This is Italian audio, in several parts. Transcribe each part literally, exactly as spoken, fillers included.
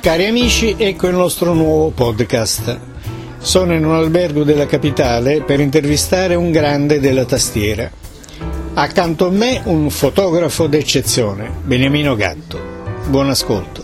Cari amici, ecco il nostro nuovo podcast. Sono in un albergo della capitale per intervistare un grande della tastiera. Accanto a me un fotografo d'eccezione, Beniamino Gatto. Buon ascolto.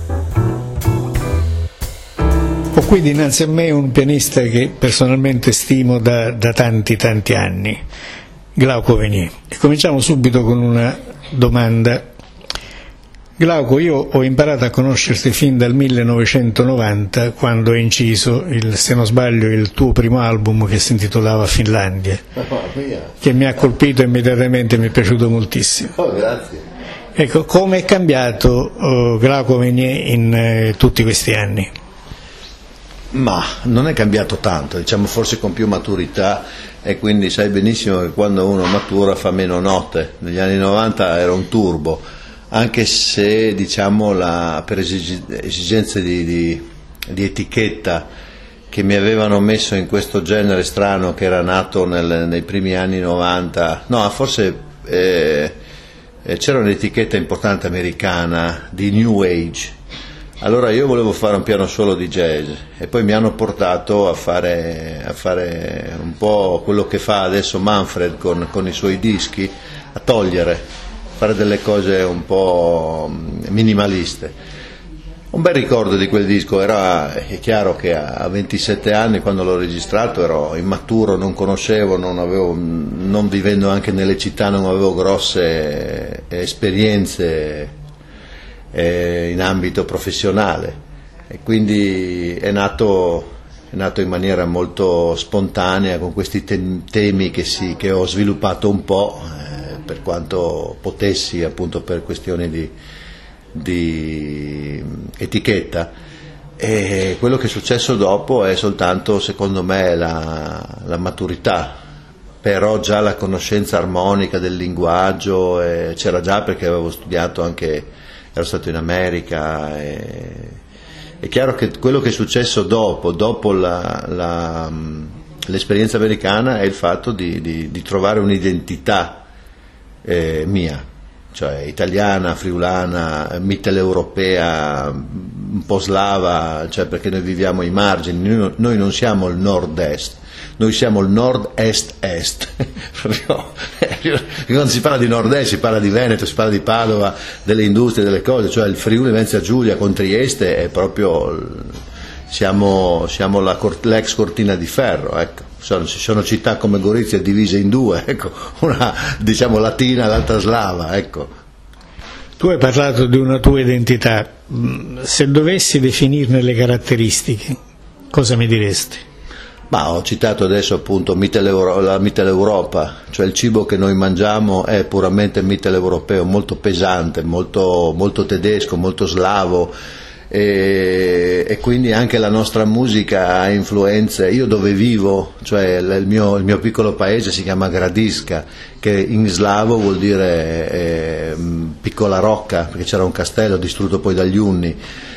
Ho qui dinanzi a me un pianista che personalmente stimo da, da tanti tanti anni, Glauco Venier. E cominciamo subito con una domanda. Glauco, io ho imparato a conoscerti fin dal millenovecentonovanta, quando hai inciso, il, se non sbaglio, il tuo primo album che si intitolava Finlandia, che mi ha colpito immediatamente e mi è piaciuto moltissimo. Oh, grazie. Ecco, come è cambiato uh, Glauco Venier in eh, tutti questi anni? Ma non è cambiato tanto, diciamo forse con più maturità, e quindi sai benissimo che quando uno matura fa meno note. Negli anni novanta era un turbo, anche se diciamo la, per esigenze di, di, di etichetta che mi avevano messo in questo genere strano che era nato nel, nei primi anni novanta, no forse eh, c'era un'etichetta importante americana di New Age. Allora io volevo fare un piano solo di jazz e poi mi hanno portato a fare, a fare un po' quello che fa adesso Manfred con, con i suoi dischi, a togliere, fare delle cose un po' minimaliste. Un bel ricordo di quel disco, era, è chiaro che a ventisette anni quando l'ho registrato ero immaturo, non conoscevo, non, avevo, non vivendo anche nelle città non avevo grosse esperienze in ambito professionale, e quindi è nato, è nato in maniera molto spontanea con questi tem- temi che, si, che ho sviluppato un po' eh, per quanto potessi, appunto per questioni di, di etichetta. E quello che è successo dopo è soltanto, secondo me, la, la maturità, però già la conoscenza armonica del linguaggio eh, c'era già, perché avevo studiato anche, ero stato in America. E è chiaro che quello che è successo dopo, dopo la, la, l'esperienza americana, è il fatto di, di, di trovare un'identità eh, mia, cioè italiana, friulana, mitteleuropea, un po' slava, cioè perché noi viviamo ai margini, noi, noi non siamo il nord-est, noi siamo il nord-est-est. Quando si parla di nord-est si parla di Veneto, si parla di Padova, delle industrie, delle cose, cioè il Friuli Venezia Giulia con Trieste è proprio, siamo, siamo la, l'ex cortina di ferro, ecco. Sono, ci sono città come Gorizia divise in due, ecco, una diciamo latina, l'altra slava, ecco. Tu hai parlato di una tua identità, se dovessi definirne le caratteristiche, cosa mi diresti? Ma ho citato adesso appunto Mitteleuropa, la Mitteleuropa, cioè il cibo che noi mangiamo è puramente mitteleuropeo, molto pesante, molto, molto tedesco, molto slavo, e, e quindi anche la nostra musica ha influenze. Io dove vivo, cioè il mio, il mio piccolo paese si chiama Gradiška, che in slavo vuol dire eh, piccola rocca, perché c'era un castello distrutto poi dagli Unni.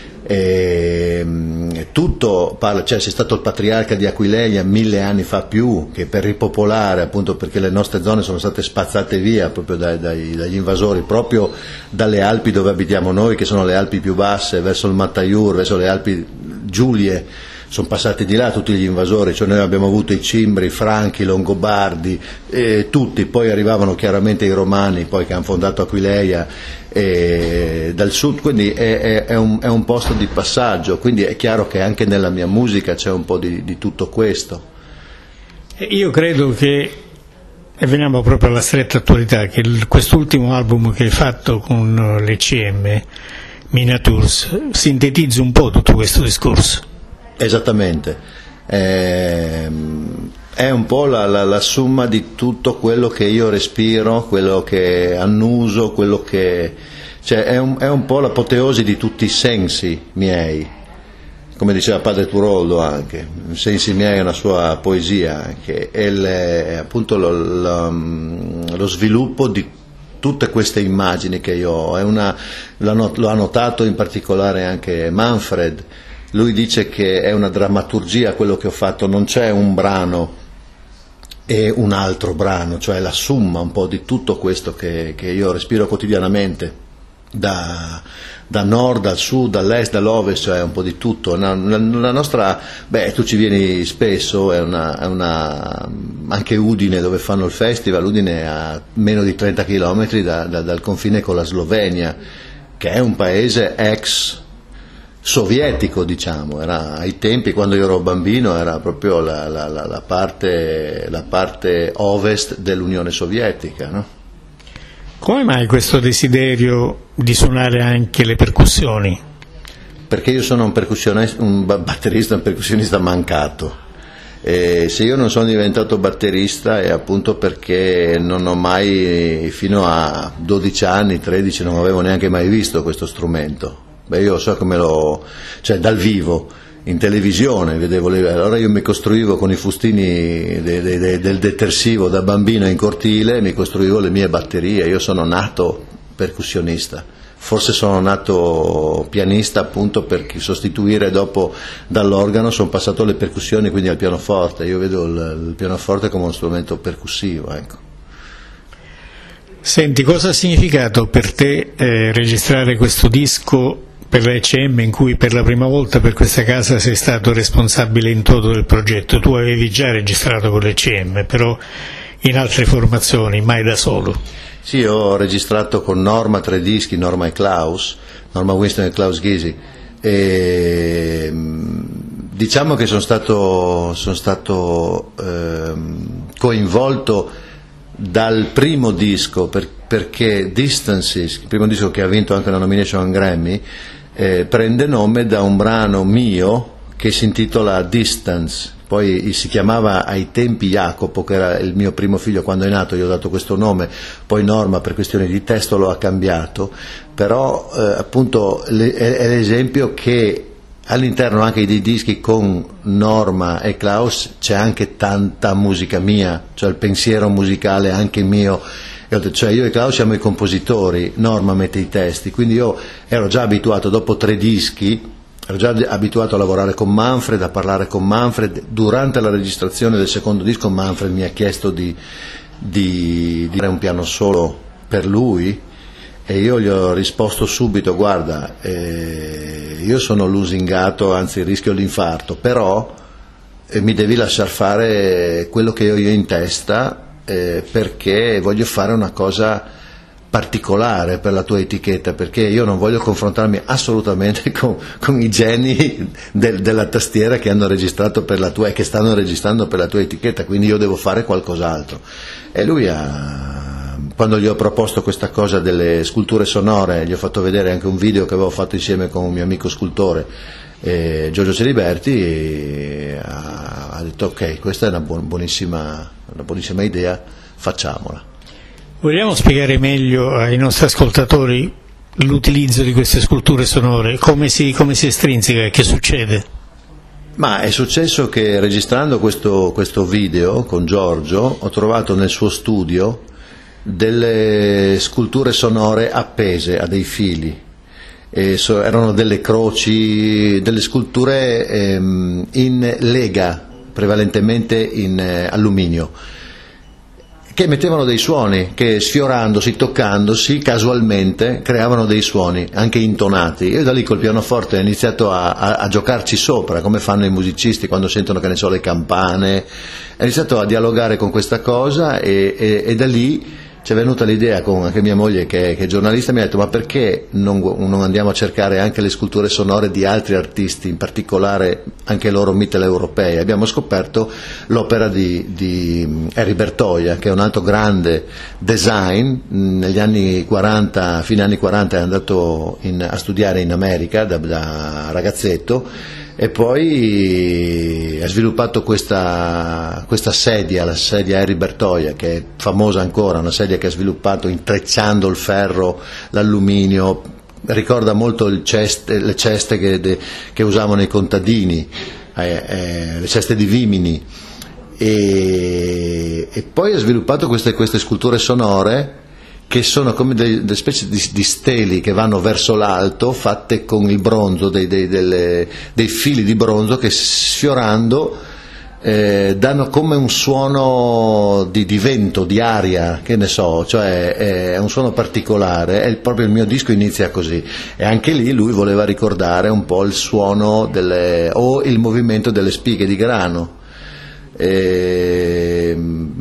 E tutto parla, cioè c'è stato il patriarca di Aquileia mille anni fa più, che per ripopolare, appunto perché le nostre zone sono state spazzate via proprio dai, dai, dagli invasori, proprio dalle Alpi dove abitiamo noi, che sono le Alpi più basse, verso il Mattaiur, verso le Alpi Giulie, sono passati di là tutti gli invasori, cioè noi abbiamo avuto i Cimbri, i Franchi, i Longobardi, eh, tutti, poi arrivavano chiaramente i Romani, poi che hanno fondato Aquileia, eh, dal sud, quindi è, è, è, un, è un posto di passaggio, quindi è chiaro che anche nella mia musica c'è un po' di, di tutto questo. Io credo che, e veniamo proprio alla stretta attualità, che il, quest'ultimo album che hai fatto con l'E C M, Miniatures, sintetizzi un po' tutto questo discorso. Esattamente, eh, è un po' la, la, la somma di tutto quello che io respiro, quello che annuso, quello che, cioè è un, è un po' l'apoteosi di tutti i sensi miei, come diceva padre Turoldo anche, i sensi miei è una sua poesia anche, è, il, è appunto lo, lo, lo sviluppo di tutte queste immagini che io ho, è una, lo ha notato in particolare anche Manfred. Lui dice che è una drammaturgia quello che ho fatto, non c'è un brano e un altro brano, cioè la somma un po' di tutto questo che, che io respiro quotidianamente. da, da nord, dal sud, dall'est, dall'ovest, cioè un po' di tutto. La, la, la nostra, beh, tu ci vieni spesso, è una, è una, anche Udine dove fanno il festival, Udine è a meno di trenta chilometri da, da, dal confine con la Slovenia, che è un paese ex sovietico, diciamo. Era, ai tempi, quando io ero bambino, era proprio la, la, la, la, parte, la parte ovest dell'Unione Sovietica, no? Come mai questo desiderio di suonare anche le percussioni? Perché io sono un percussionista, un batterista, un percussionista mancato. E se io non sono diventato batterista è appunto perché non ho mai, fino a dodici anni, tredici, non avevo neanche mai visto questo strumento. Beh, io so come lo, cioè dal vivo, in televisione vedevo le, allora io mi costruivo con i fustini de, de, de, del detersivo da bambino in cortile, mi costruivo le mie batterie. Io sono nato percussionista, forse sono nato pianista appunto per sostituire, dopo dall'organo sono passato alle percussioni, quindi al pianoforte. Io vedo il, il pianoforte come uno strumento percussivo, ecco. Senti, cosa ha significato per te eh, registrare questo disco per la E C M, in cui per la prima volta per questa casa sei stato responsabile in toto del progetto? Tu avevi già registrato con l'E C M, però in altre formazioni, mai da solo. Sì, ho registrato con Norma tre dischi, Norma e Klaus, Norma Winston e Klaus Gysi, e diciamo che sono stato, sono stato ehm, coinvolto dal primo disco, per, perché Distances, il primo disco che ha vinto anche una nomination a un Grammy, eh, prende nome da un brano mio che si intitola Distance. Poi si chiamava ai tempi Jacopo, che era il mio primo figlio quando è nato, gli ho dato questo nome, poi Norma per questioni di testo lo ha cambiato, però eh, appunto le, è, è l'esempio che all'interno anche dei dischi con Norma e Klaus c'è anche tanta musica mia, cioè il pensiero musicale anche mio. Cioè io e Klaus siamo i compositori, Norma mette i testi, quindi io ero già abituato, dopo tre dischi, ero già abituato a lavorare con Manfred, a parlare con Manfred. Durante la registrazione del secondo disco Manfred mi ha chiesto di, di, di fare un piano solo per lui, e io gli ho risposto subito: guarda, eh, io sono lusingato, anzi rischio l'infarto, però eh, mi devi lasciar fare quello che ho io in testa, eh, perché voglio fare una cosa particolare per la tua etichetta, perché io non voglio confrontarmi assolutamente con, con i geni del, della tastiera che hanno registrato per la tua e che stanno registrando per la tua etichetta, quindi io devo fare qualcos'altro. E lui ha, quando gli ho proposto questa cosa delle sculture sonore, gli ho fatto vedere anche un video che avevo fatto insieme con un mio amico scultore, eh, Giorgio Celiberti, e ha, ha detto ok, questa è una buonissima, una buonissima idea, facciamola. Vogliamo spiegare meglio ai nostri ascoltatori l'utilizzo di queste sculture sonore, come si, come si estrinseca e che succede? Ma è successo che registrando questo, questo video con Giorgio ho trovato nel suo studio delle sculture sonore appese a dei fili, e so, erano delle croci, delle sculture ehm, in lega, prevalentemente in eh, alluminio, che mettevano dei suoni, che sfiorandosi, toccandosi, casualmente creavano dei suoni, anche intonati. Io da lì col pianoforte ho iniziato a, a, a giocarci sopra, come fanno i musicisti quando sentono, che ne so, le campane. Ho iniziato a dialogare con questa cosa, e, e, e da lì ci è venuta l'idea, con anche mia moglie che, che è giornalista, mi ha detto: ma perché non, non andiamo a cercare anche le sculture sonore di altri artisti, in particolare anche loro mitteleuropei? Abbiamo scoperto l'opera di, di Harry Bertoia, che è un altro grande design. Negli anni quaranta, fine anni quaranta, è andato in, a studiare in America da, da ragazzetto, e poi ha sviluppato questa, questa sedia, la sedia Harry Bertoia, che è famosa ancora, una sedia che ha sviluppato intrecciando il ferro, l'alluminio, ricorda molto il ceste, le ceste che, de, che usavano i contadini, eh, eh, le ceste di vimini, e, e poi ha sviluppato queste, queste sculture sonore che sono come delle, delle specie di, di steli che vanno verso l'alto, fatte con il bronzo, dei, dei, delle, dei fili di bronzo che sfiorando eh, danno come un suono di, di vento, di aria, che ne so, cioè è un suono particolare, è il, proprio il mio disco inizia così, e anche lì lui voleva ricordare un po' il suono delle, o il movimento delle spighe di grano. E,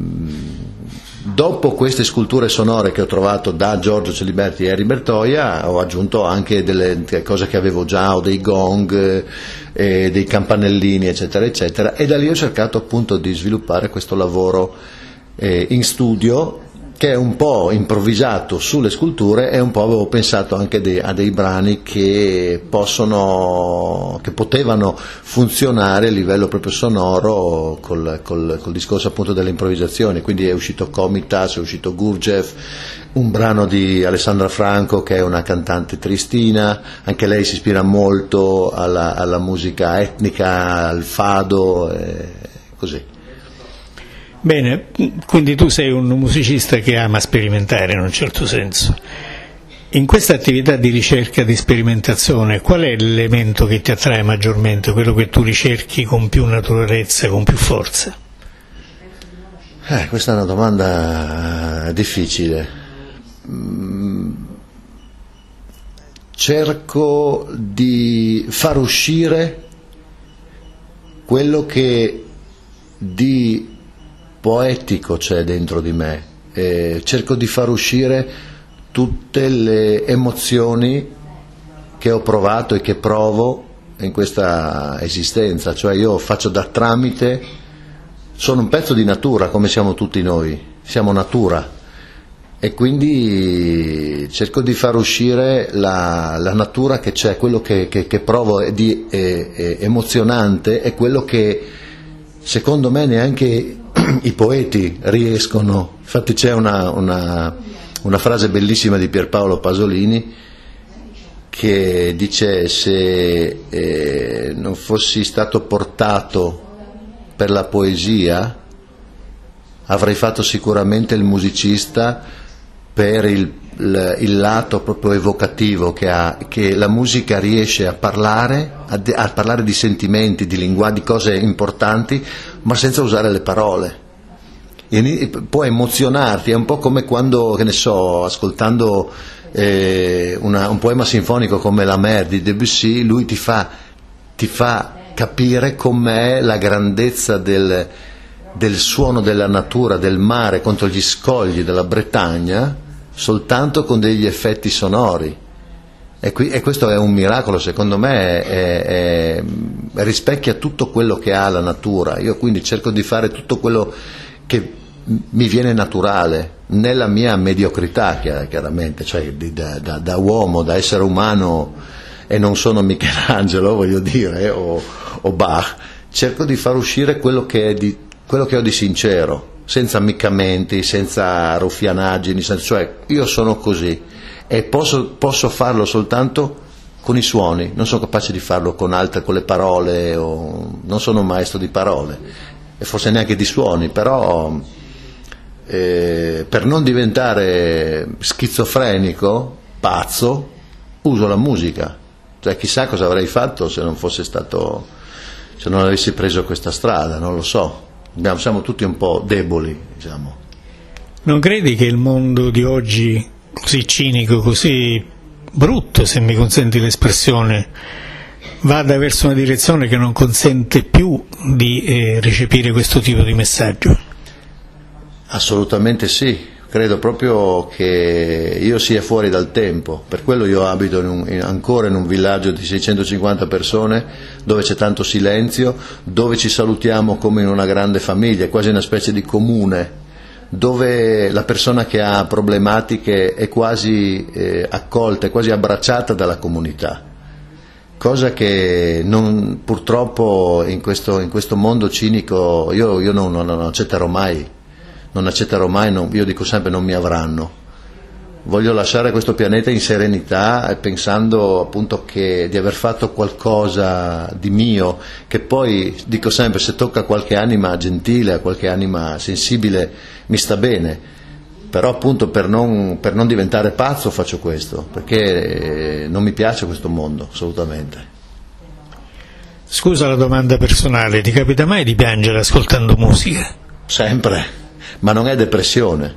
dopo queste sculture sonore che ho trovato da Giorgio Celiberti e Harry Bertoia, ho aggiunto anche delle cose che avevo già, o dei gong, eh, dei campanellini, eccetera, eccetera, e da lì ho cercato appunto di sviluppare questo lavoro eh, in studio, che è un po' improvvisato sulle sculture, e un po' avevo pensato anche de- a dei brani che possono, che potevano funzionare a livello proprio sonoro col, col, col discorso appunto delle improvvisazioni. Quindi è uscito Komitas, è uscito Gurdjieff, un brano di Alessandra Franco che è una cantante tristina, anche lei si ispira molto alla, alla musica etnica, al fado, e così. Bene, quindi tu sei un musicista che ama sperimentare in un certo senso. In questa attività di ricerca, di sperimentazione, qual è l'elemento che ti attrae maggiormente, quello che tu ricerchi con più naturalezza, con più forza? Eh, questa è una domanda difficile. Mm, cerco di far uscire quello che di poetico c'è dentro di me, e cerco di far uscire tutte le emozioni che ho provato e che provo in questa esistenza, cioè io faccio da tramite, sono un pezzo di natura come siamo tutti noi, siamo natura, e quindi cerco di far uscire la, la natura che c'è, quello che, che, che provo di eh, eh, emozionante, è quello che secondo me neanche i poeti riescono. Infatti c'è una, una, una frase bellissima di Pierpaolo Pasolini che dice: se eh, non fossi stato portato per la poesia avrei fatto sicuramente il musicista per il, il, il lato proprio evocativo che ha, che la musica riesce a parlare, a, de, a parlare di sentimenti, di linguaggi, di cose importanti, ma senza usare le parole. E può emozionarti, è un po' come quando, che ne so, ascoltando eh, una, un poema sinfonico come La Mer di Debussy, lui ti fa, ti fa capire com'è la grandezza del, del suono della natura, del mare contro gli scogli della Bretagna, soltanto con degli effetti sonori. E, qui, e questo è un miracolo, secondo me, è, è, rispecchia tutto quello che ha la natura. Io quindi cerco di fare tutto quello che mi viene naturale, nella mia mediocrità, chiaramente, cioè da, da, da uomo, da essere umano, e non sono Michelangelo, voglio dire, o, o Bach, cerco di far uscire quello che, è di, quello che ho di sincero, senza ammiccamenti, senza ruffianaggini, senza, cioè io sono così e posso, posso farlo soltanto con i suoni, non sono capace di farlo con altre, con le parole, o, non sono un maestro di parole e forse neanche di suoni, però eh, per non diventare schizofrenico, pazzo, uso la musica. Cioè, chissà cosa avrei fatto se non fosse stato, se non avessi preso questa strada, non lo so. Abbiamo, siamo tutti un po' deboli, diciamo. Non credi che il mondo di oggi, così cinico, così brutto, se mi consenti l'espressione, vada verso una direzione che non consente più di eh, recepire questo tipo di messaggio? Assolutamente sì. Credo proprio che io sia fuori dal tempo, per quello io abito in un, in, ancora in un villaggio di seicentocinquanta persone, dove c'è tanto silenzio, dove ci salutiamo come in una grande famiglia, quasi una specie di comune, dove la persona che ha problematiche è quasi eh, accolta, è quasi abbracciata dalla comunità, cosa che non, purtroppo in questo, in questo mondo cinico io, io non, non, non accetterò mai. Non accetterò mai, non, io dico sempre non mi avranno. Voglio lasciare questo pianeta in serenità, pensando appunto che di aver fatto qualcosa di mio, che poi dico sempre, se tocca a qualche anima gentile, a qualche anima sensibile, mi sta bene. Però appunto per non, per non diventare pazzo faccio questo, perché non mi piace questo mondo, assolutamente. Scusa la domanda personale, ti capita mai di piangere ascoltando musica? Sempre, ma non è depressione.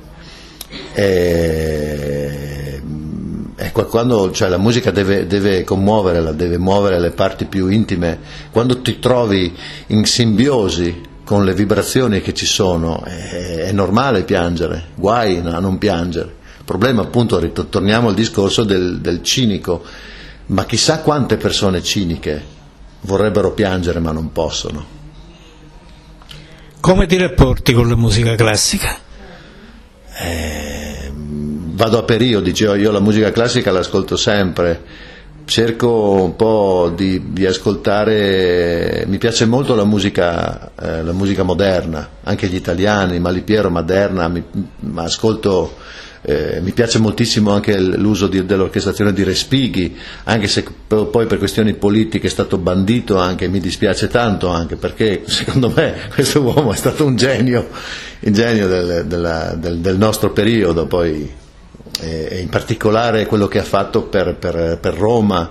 È, è quando, cioè, la musica deve, deve commuovere, deve muovere le parti più intime. Quando ti trovi in simbiosi con le vibrazioni che ci sono, è, è normale piangere, guai a non piangere. Il problema, appunto, ritorniamo al discorso del, del cinico, ma chissà quante persone ciniche vorrebbero piangere ma non possono. Come ti rapporti con la musica classica? Eh, vado a periodi, cioè io la musica classica l'ascolto sempre. Cerco un po' di, di ascoltare, mi piace molto la musica, eh, la musica moderna, anche gli italiani, Malipiero, Maderna, mi, mi ascolto, eh, mi piace moltissimo anche l'uso di, dell'orchestrazione di Respighi, anche se poi per questioni politiche è stato bandito, anche mi dispiace tanto, anche perché secondo me questo uomo è stato un genio, un genio del, della, del, del nostro periodo, poi. E in particolare quello che ha fatto per, per, per Roma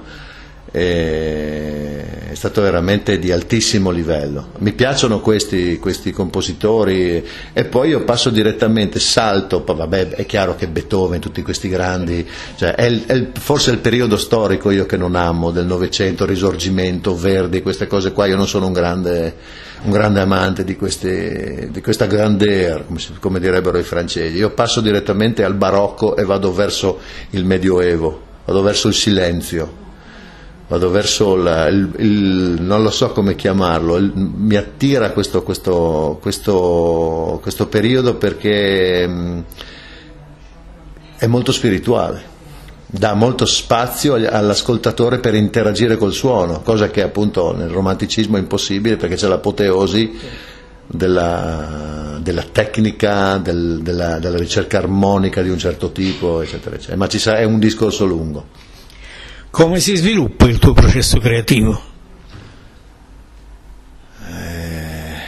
è stato veramente di altissimo livello. Mi piacciono questi, questi compositori, e poi io passo direttamente, salto, poi vabbè, è chiaro che Beethoven, tutti questi grandi, cioè è il, è il, forse è il periodo storico io che non amo, del Novecento, Risorgimento, Verdi, queste cose qua. Io non sono un grande, un grande amante di, queste, di questa grandeur, come, come direbbero i francesi. Io passo direttamente al barocco e vado verso il Medioevo, vado verso il silenzio, vado verso il, il, il non lo so come chiamarlo, il, mi attira questo, questo, questo, questo periodo perché mh, è molto spirituale, dà molto spazio all'ascoltatore per interagire col suono, cosa che appunto nel romanticismo è impossibile, perché c'è l'apoteosi della, della tecnica, del, della, della ricerca armonica di un certo tipo, eccetera, eccetera. Ma ci sarà, è un discorso lungo. Come si sviluppa il tuo processo creativo? Eh,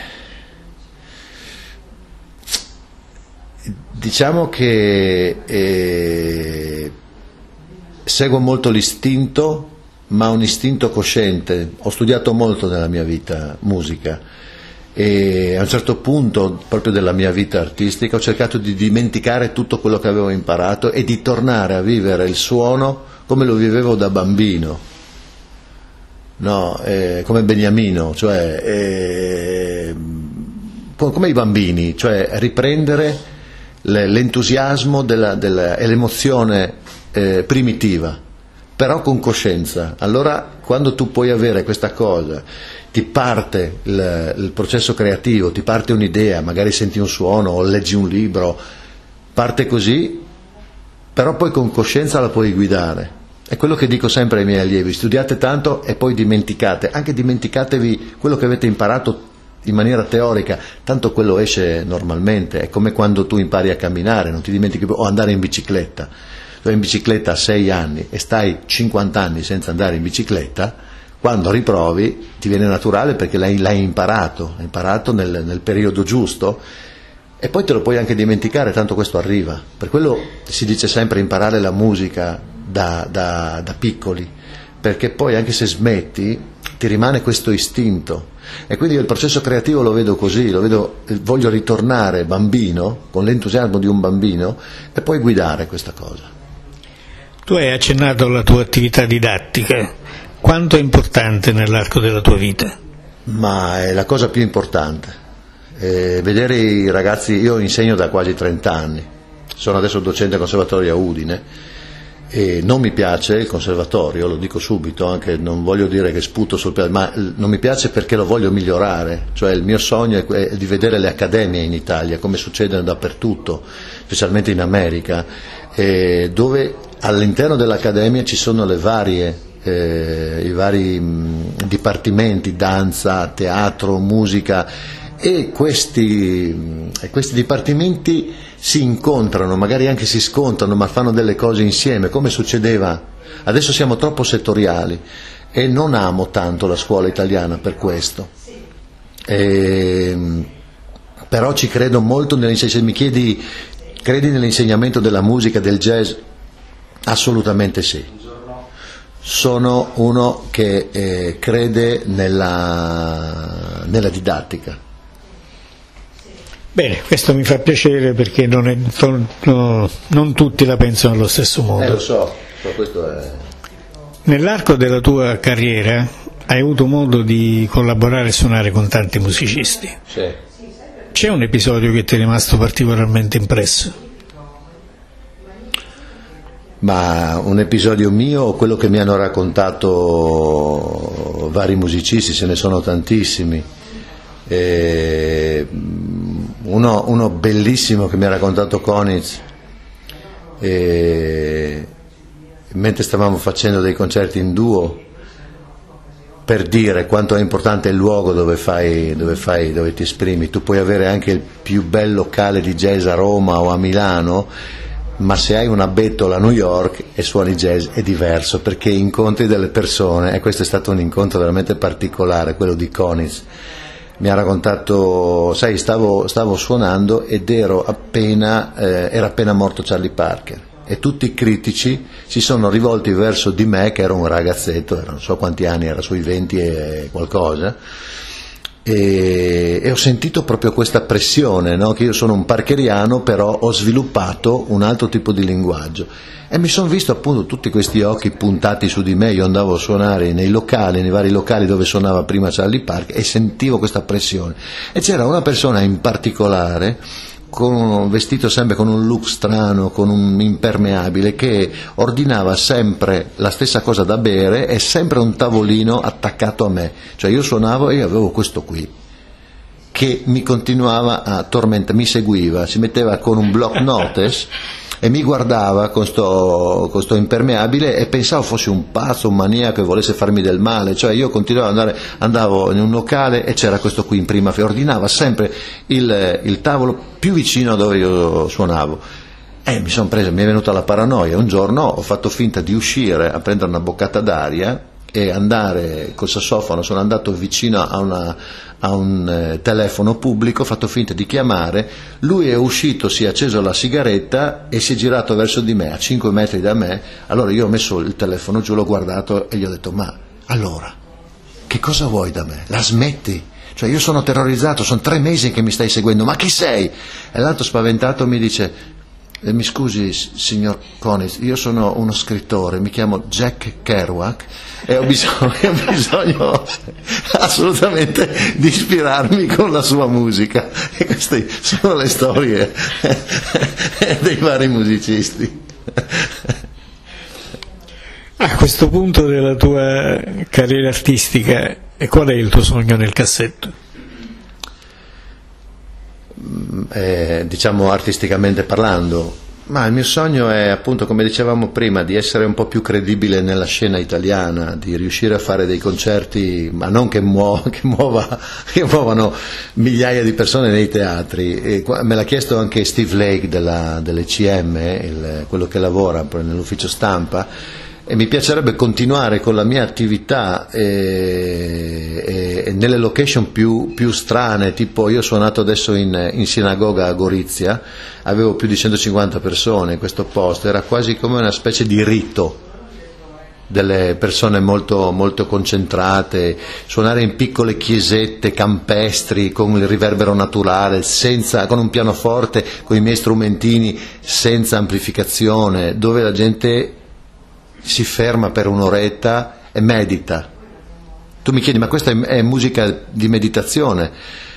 diciamo che eh, seguo molto l'istinto, ma un istinto cosciente. Ho studiato molto nella mia vita musica e a un certo punto proprio della mia vita artistica ho cercato di dimenticare tutto quello che avevo imparato e di tornare a vivere il suono come lo vivevo da bambino, no, eh, come Beniamino, cioè eh, come i bambini, cioè riprendere le, l'entusiasmo della, della, e l'emozione eh, primitiva, però con coscienza. Allora quando tu puoi avere questa cosa, ti parte il, il processo creativo, ti parte un'idea, magari senti un suono o leggi un libro, parte così, però poi con coscienza la puoi guidare. È quello che dico sempre ai miei allievi: studiate tanto e poi dimenticate, anche dimenticatevi quello che avete imparato in maniera teorica, tanto quello esce normalmente. È come quando tu impari a camminare, non ti dimentichi più, o andare in bicicletta. Tu in bicicletta a sei anni e stai cinquanta anni senza andare in bicicletta, quando riprovi ti viene naturale perché l'hai, l'hai imparato, l'hai imparato nel, nel periodo giusto, e poi te lo puoi anche dimenticare, tanto questo arriva. Per quello si dice sempre imparare la musica Da, da, da piccoli, perché poi anche se smetti ti rimane questo istinto, e quindi io il processo creativo lo vedo così, lo vedo, voglio ritornare bambino, con l'entusiasmo di un bambino, e poi guidare questa cosa. Tu hai accennato alla tua attività didattica, quanto è importante nell'arco della tua vita? Ma è la cosa più importante, eh, vedere i ragazzi. Io insegno da quasi trenta anni, sono adesso docente al conservatorio a Udine, e non mi piace il conservatorio, lo dico subito, anche non voglio dire che sputo sul piede, ma non mi piace perché lo voglio migliorare. Cioè il mio sogno è di vedere le accademie in Italia, come succede dappertutto, specialmente in America, eh, dove all'interno dell'accademia ci sono le varie eh, i vari mh, dipartimenti, danza, teatro, musica, e questi, mh, questi dipartimenti si incontrano, magari anche si scontrano, ma fanno delle cose insieme, come succedeva. Adesso siamo troppo settoriali e non amo tanto la scuola italiana per questo. E, però ci credo molto nell'insegnamento. Se mi chiedi, credi nell'insegnamento della musica, del jazz? Assolutamente sì. sono uno che eh, crede nella, nella didattica. Bene, questo mi fa piacere perché non, è, no, non tutti la pensano allo stesso modo. Eh, lo so, so questo è... Nell'arco della tua carriera hai avuto modo di collaborare e suonare con tanti musicisti. Sì. C'è un episodio che ti è rimasto particolarmente impresso? Ma un episodio mio o quello che mi hanno raccontato vari musicisti? Ce ne sono tantissimi. E uno, uno bellissimo che mi ha raccontato Konitz, e mentre stavamo facendo dei concerti in duo, per dire quanto è importante il luogo dove fai, dove fai, dove ti esprimi. Tu puoi avere anche il più bel locale di jazz a Roma o a Milano, ma se hai una bettola a New York e suoni jazz è diverso, perché incontri delle persone, e questo è stato un incontro veramente particolare, quello di Konitz. Mi ha raccontato, sai, stavo, stavo suonando ed ero appena, eh, era appena morto Charlie Parker, e tutti i critici si sono rivolti verso di me, che ero un ragazzetto, era non so quanti anni, era sui venti e qualcosa, e, e ho sentito proprio questa pressione, no? Che io sono un parkeriano, però ho sviluppato un altro tipo di linguaggio, e mi sono visto appunto tutti questi occhi puntati su di me. Io andavo a suonare nei locali, nei vari locali dove suonava prima Charlie Parker, e sentivo questa pressione, e c'era una persona in particolare con un vestito sempre con un look strano, con un impermeabile, che ordinava sempre la stessa cosa da bere e sempre un tavolino attaccato a me. Cioè io suonavo e io avevo questo qui che mi continuava a tormentare, mi seguiva, si metteva con un block notice e mi guardava con sto, con sto impermeabile, e pensavo fosse un pazzo, un maniaco che volesse farmi del male. Cioè io continuavo ad andare, andavo in un locale e c'era questo qui in prima fila, ordinava sempre il, il tavolo più vicino a dove io suonavo, e mi sono preso, mi è venuta la paranoia. Un giorno ho fatto finta di uscire a prendere una boccata d'aria e andare col sassofono, sono andato vicino a, una, a un eh, telefono pubblico, ho fatto finta di chiamare, lui è uscito, si è acceso la sigaretta e si è girato verso di me, a cinque metri da me. Allora io ho messo il telefono giù, l'ho guardato e gli ho detto: ma allora, che cosa vuoi da me? La smetti? Cioè io sono terrorizzato, sono tre mesi che mi stai seguendo, ma chi sei? E l'altro spaventato mi dice: Eh, mi scusi signor Konitz, io sono uno scrittore, mi chiamo Jack Kerouac e ho bisogno, ho bisogno assolutamente di ispirarmi con la sua musica. E queste sono le storie dei vari musicisti. A questo punto della tua carriera artistica, qual è il tuo sogno nel cassetto? Eh, diciamo artisticamente parlando, ma il mio sogno è appunto, come dicevamo prima, di essere un po' più credibile nella scena italiana, di riuscire a fare dei concerti, ma non che, muo- che, muova, che muovano migliaia di persone nei teatri. E me l'ha chiesto anche Steve Lake della, dell'E C M, il, quello che lavora nell'ufficio stampa, e mi piacerebbe continuare con la mia attività e, e, e nelle location più, più strane, tipo io ho suonato adesso in, in sinagoga a Gorizia, avevo più di centocinquanta persone in questo posto, era quasi come una specie di rito, delle persone molto, molto concentrate, suonare in piccole chiesette campestri con il riverbero naturale, senza, con un pianoforte, con i miei strumentini, senza amplificazione, dove la gente si ferma per un'oretta e medita. Tu mi chiedi: ma questa è, è musica di meditazione?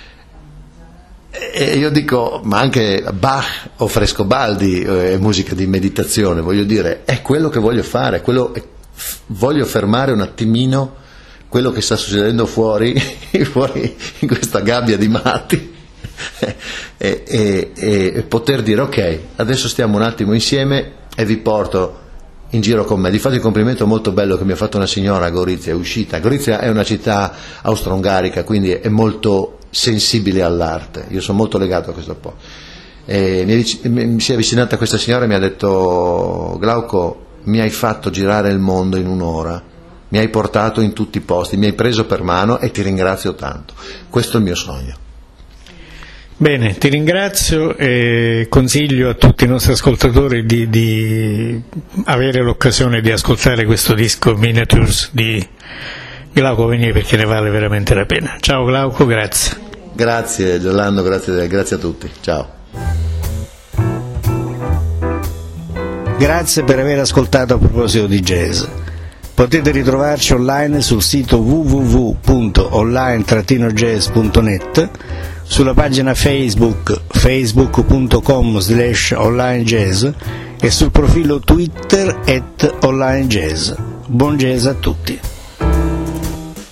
E io dico: ma anche Bach o Frescobaldi è musica di meditazione. Voglio dire, è quello che voglio fare, quello, voglio fermare un attimino quello che sta succedendo fuori, fuori in questa gabbia di matti, e, e, e poter dire: ok, adesso stiamo un attimo insieme e vi porto in giro con me. Di fatto il complimento molto bello che mi ha fatto una signora a Gorizia, è uscita. Gorizia è una città austro-ungarica, quindi è molto sensibile all'arte, io sono molto legato a questo po'. E mi, mi si è avvicinata questa signora e mi ha detto: Glauco, mi hai fatto girare il mondo in un'ora, mi hai portato in tutti i posti, mi hai preso per mano e ti ringrazio tanto. Questo è il mio sogno. Bene, ti ringrazio e consiglio a tutti i nostri ascoltatori di, di avere l'occasione di ascoltare questo disco Miniatures di Glauco Venier, perché ne vale veramente la pena. Ciao Glauco, grazie. Grazie Giorlando, grazie, grazie a tutti, ciao. Grazie per aver ascoltato A Proposito di Jazz. Potete ritrovarci online sul sito w w w punto online trattino jazz punto net, sulla pagina Facebook facebook punto com slash online jazz e sul profilo Twitter at online jazz. Buon jazz a tutti.